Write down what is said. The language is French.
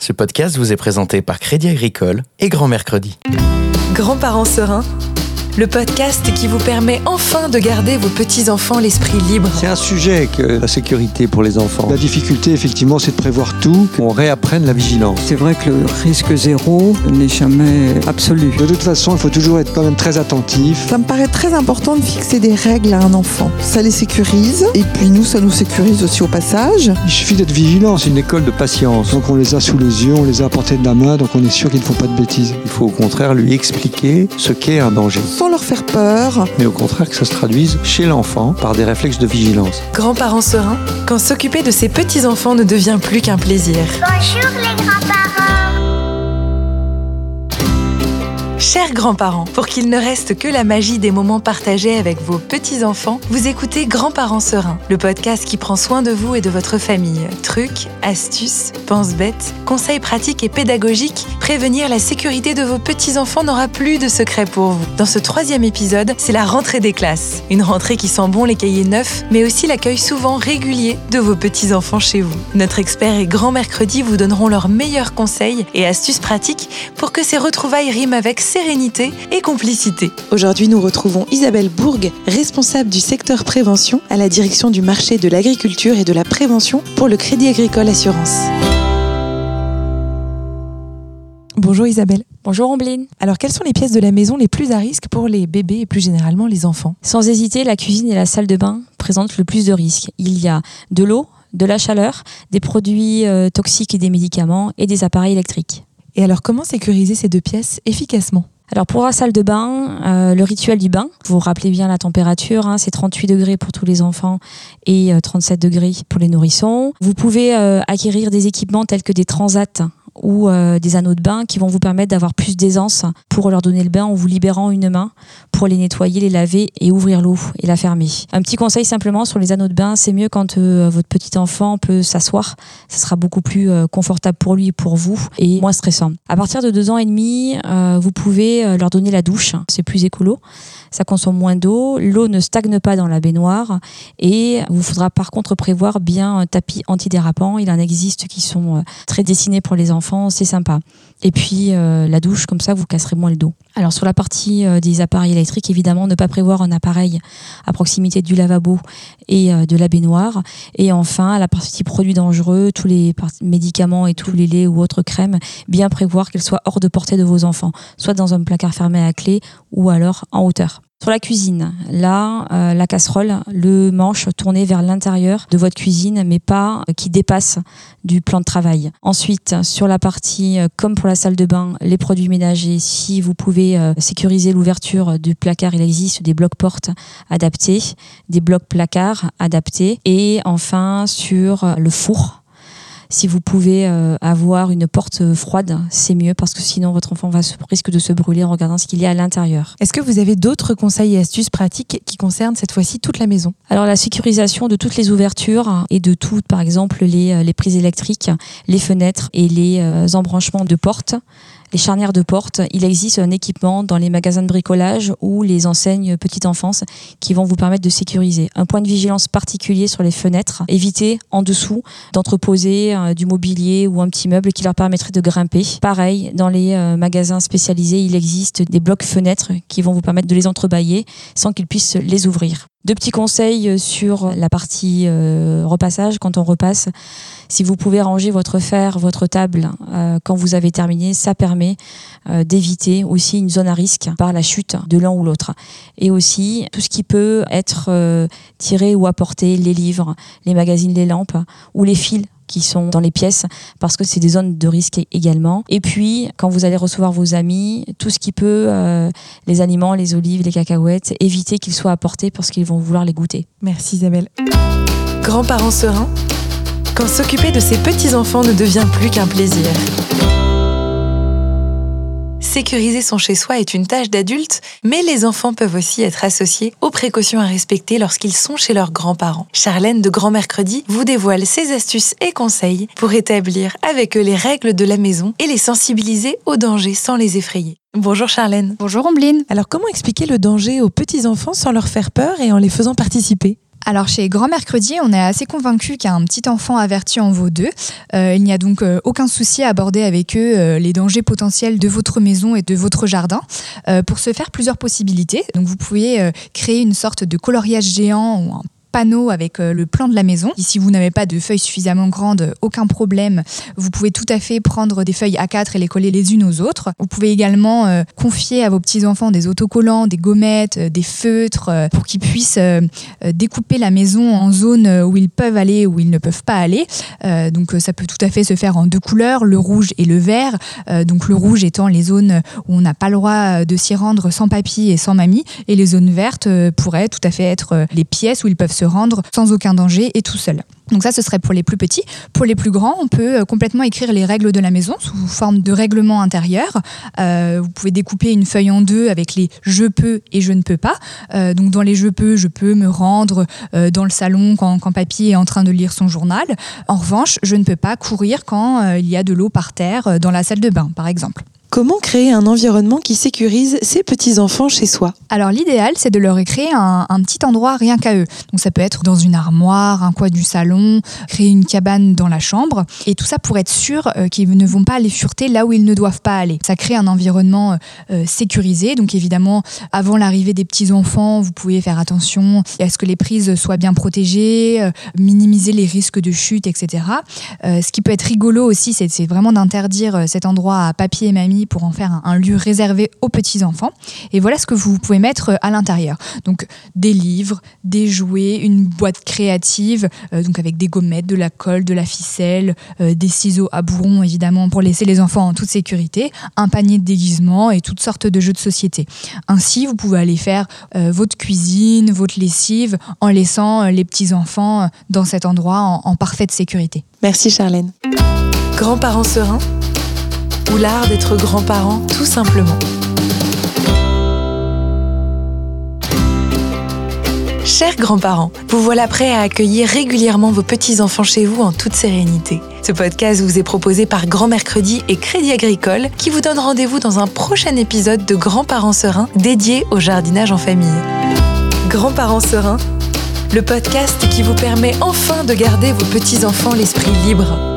Ce podcast vous est présenté par Crédit Agricole et Grand Mercredi. Grands-parents sereins, le podcast qui vous permet enfin de garder vos petits-enfants l'esprit libre. C'est un sujet que la sécurité pour les enfants. La difficulté, effectivement, c'est de prévoir tout, qu'on réapprenne la vigilance. C'est vrai que le risque zéro n'est jamais absolu. De toute façon, il faut toujours être quand même très attentif. Ça me paraît très important de fixer des règles à un enfant. Ça les sécurise, et puis nous, ça nous sécurise aussi au passage. Il suffit d'être vigilant, c'est une école de patience. Donc on les a sous les yeux, on les a à portée de la main, donc on est sûr qu'ils ne font pas de bêtises. Il faut au contraire lui expliquer ce qu'est un danger. Sans leur faire peur. Mais au contraire que ça se traduise chez l'enfant par des réflexes de vigilance. Grands-parents sereins, quand s'occuper de ses petits-enfants ne devient plus qu'un plaisir. Bonjour les grands-parents. Chers grands-parents, pour qu'il ne reste que la magie des moments partagés avec vos petits-enfants, vous écoutez Grands-parents sereins, le podcast qui prend soin de vous et de votre famille. Trucs, astuces, pense-bêtes, conseils pratiques et pédagogiques, prévenir la sécurité de vos petits-enfants n'aura plus de secret pour vous. Dans ce 3e épisode, c'est la rentrée des classes. Une rentrée qui sent bon les cahiers neufs, mais aussi l'accueil souvent régulier de vos petits-enfants chez vous. Notre expert et Grand Mercredi vous donneront leurs meilleurs conseils et astuces pratiques pour que ces retrouvailles riment avec sérénité et complicité. Aujourd'hui, nous retrouvons Isabelle Bourg, responsable du secteur prévention à la direction du marché de l'agriculture et de la prévention pour le Crédit Agricole Assurance. Bonjour Isabelle. Bonjour Ambline. Alors, quelles sont les pièces de la maison les plus à risque pour les bébés et plus généralement les enfants ? Sans hésiter, la cuisine et la salle de bain présentent le plus de risques. Il y a de l'eau, de la chaleur, des produits toxiques et des médicaments et des appareils électriques. Et alors, comment sécuriser ces deux pièces efficacement ? Alors pour la salle de bain, le rituel du bain, vous vous rappelez bien la température, c'est 38 degrés pour tous les enfants et 37 degrés pour les nourrissons. Vous pouvez acquérir des équipements tels que des transats ou des anneaux de bain qui vont vous permettre d'avoir plus d'aisance pour leur donner le bain en vous libérant une main pour les nettoyer, les laver et ouvrir l'eau et la fermer. Un petit conseil simplement sur les anneaux de bain, c'est mieux quand votre petit enfant peut s'asseoir, ça sera beaucoup plus confortable pour lui et pour vous et moins stressant. À partir de 2 ans et demi, vous pouvez leur donner la douche, c'est plus écolo. Ça consomme moins d'eau, l'eau ne stagne pas dans la baignoire et il vous faudra par contre prévoir bien un tapis antidérapant. Il en existe qui sont très dessinés pour les enfants, c'est sympa. Et puis la douche, comme ça vous casserez moins le dos. Alors sur la partie des appareils électriques, évidemment, ne pas prévoir un appareil à proximité du lavabo et de la baignoire. Et enfin, la partie produits dangereux, tous les médicaments et tous les laits ou autres crèmes, bien prévoir qu'elles soient hors de portée de vos enfants, soit dans un placard fermé à clé ou alors en hauteur. Sur la cuisine, là, la casserole, le manche tourné vers l'intérieur de votre cuisine, mais pas qui dépasse du plan de travail. Ensuite, sur la partie, comme pour la salle de bain, les produits ménagers, si vous pouvez sécuriser l'ouverture du placard, il existe des blocs-portes adaptés, des blocs-placards adaptés. Et enfin, sur le four, si vous pouvez avoir une porte froide, c'est mieux parce que sinon votre enfant risque de se brûler en regardant ce qu'il y a à l'intérieur. Est-ce que vous avez d'autres conseils et astuces pratiques qui concernent cette fois-ci toute la maison ? Alors la sécurisation de toutes les ouvertures et de toutes, par exemple les prises électriques, les fenêtres et les embranchements de portes. Les charnières de porte, il existe un équipement dans les magasins de bricolage ou les enseignes petite enfance qui vont vous permettre de sécuriser. Un point de vigilance particulier sur les fenêtres. Évitez en dessous d'entreposer du mobilier ou un petit meuble qui leur permettrait de grimper. Pareil, dans les magasins spécialisés, il existe des blocs fenêtres qui vont vous permettre de les entrebâiller sans qu'ils puissent les ouvrir. 2 petits conseils sur la partie repassage. Quand on repasse, si vous pouvez ranger votre fer, votre table quand vous avez terminé, ça permet d'éviter aussi une zone à risque par la chute de l'un ou l'autre. Et aussi, tout ce qui peut être tiré ou apporté, les livres, les magazines, les lampes ou les fils qui sont dans les pièces parce que c'est des zones de risque également. Et puis, quand vous allez recevoir vos amis, tout ce qui peut, les aliments, les olives, les cacahuètes, évitez qu'ils soient apportés parce qu'ils vont vouloir les goûter. Merci Isabelle. Grands-parents sereins, quand s'occuper de ses petits-enfants ne devient plus qu'un plaisir. Sécuriser son chez-soi est une tâche d'adulte, mais les enfants peuvent aussi être associés aux précautions à respecter lorsqu'ils sont chez leurs grands-parents. Charlène de Grand Mercredi vous dévoile ses astuces et conseils pour établir avec eux les règles de la maison et les sensibiliser aux dangers sans les effrayer. Bonjour Charlène. Bonjour Ambline. Alors comment expliquer le danger aux petits-enfants sans leur faire peur et en les faisant participer ? Alors chez Grand Mercredi, on est assez convaincu qu'un petit enfant averti en vaut deux. Il n'y a donc aucun souci à aborder avec eux les dangers potentiels de votre maison et de votre jardin. Pour ce faire, plusieurs possibilités. Donc vous pouvez créer une sorte de coloriage géant ou un panneau avec le plan de la maison. Et si vous n'avez pas de feuilles suffisamment grandes, aucun problème. Vous pouvez tout à fait prendre des feuilles A4 et les coller les unes aux autres. Vous pouvez également confier à vos petits-enfants des autocollants, des gommettes, des feutres pour qu'ils puissent découper la maison en zones où ils peuvent aller ou ils ne peuvent pas aller. Donc ça peut tout à fait se faire en deux couleurs, le rouge et le vert. Donc le rouge étant les zones où on n'a pas le droit de s'y rendre sans papy et sans mamie. Et les zones vertes pourraient tout à fait être les pièces où ils peuvent se rendre sans aucun danger et tout seul. Donc ça, ce serait pour les plus petits. Pour les plus grands, on peut complètement écrire les règles de la maison sous forme de règlement intérieur. Vous pouvez découper une feuille en deux avec les « je peux » et « je ne peux pas ». Donc dans les « je peux me rendre dans le salon quand papy est en train de lire son journal ». En revanche, je ne peux pas courir quand il y a de l'eau par terre dans la salle de bain, par exemple. Comment créer un environnement qui sécurise ses petits-enfants chez soi ? Alors l'idéal, c'est de leur créer un petit endroit rien qu'à eux. Donc ça peut être dans une armoire, un coin du salon, créer une cabane dans la chambre. Et tout ça pour être sûr qu'ils ne vont pas aller fureter là où ils ne doivent pas aller. Ça crée un environnement sécurisé. Donc évidemment, avant l'arrivée des petits-enfants, vous pouvez faire attention à ce que les prises soient bien protégées, minimiser les risques de chute, etc. Ce qui peut être rigolo aussi, c'est vraiment d'interdire cet endroit à papy et mamie pour en faire un lieu réservé aux petits-enfants. Et voilà ce que vous pouvez mettre à l'intérieur. Donc des livres, des jouets, une boîte créative, donc avec des gommettes, de la colle, de la ficelle, des ciseaux à bourron évidemment pour laisser les enfants en toute sécurité, un panier de déguisement et toutes sortes de jeux de société. Ainsi, vous pouvez aller faire votre cuisine, votre lessive en laissant les petits-enfants dans cet endroit en parfaite sécurité. Merci Charlène. Grands-parents sereins ou l'art d'être grands-parents tout simplement. Chers grands-parents, vous voilà prêts à accueillir régulièrement vos petits-enfants chez vous en toute sérénité. Ce podcast vous est proposé par Grand Mercredi et Crédit Agricole qui vous donne rendez-vous dans un prochain épisode de Grands-parents sereins dédié au jardinage en famille. Grands-parents sereins, le podcast qui vous permet enfin de garder vos petits-enfants l'esprit libre.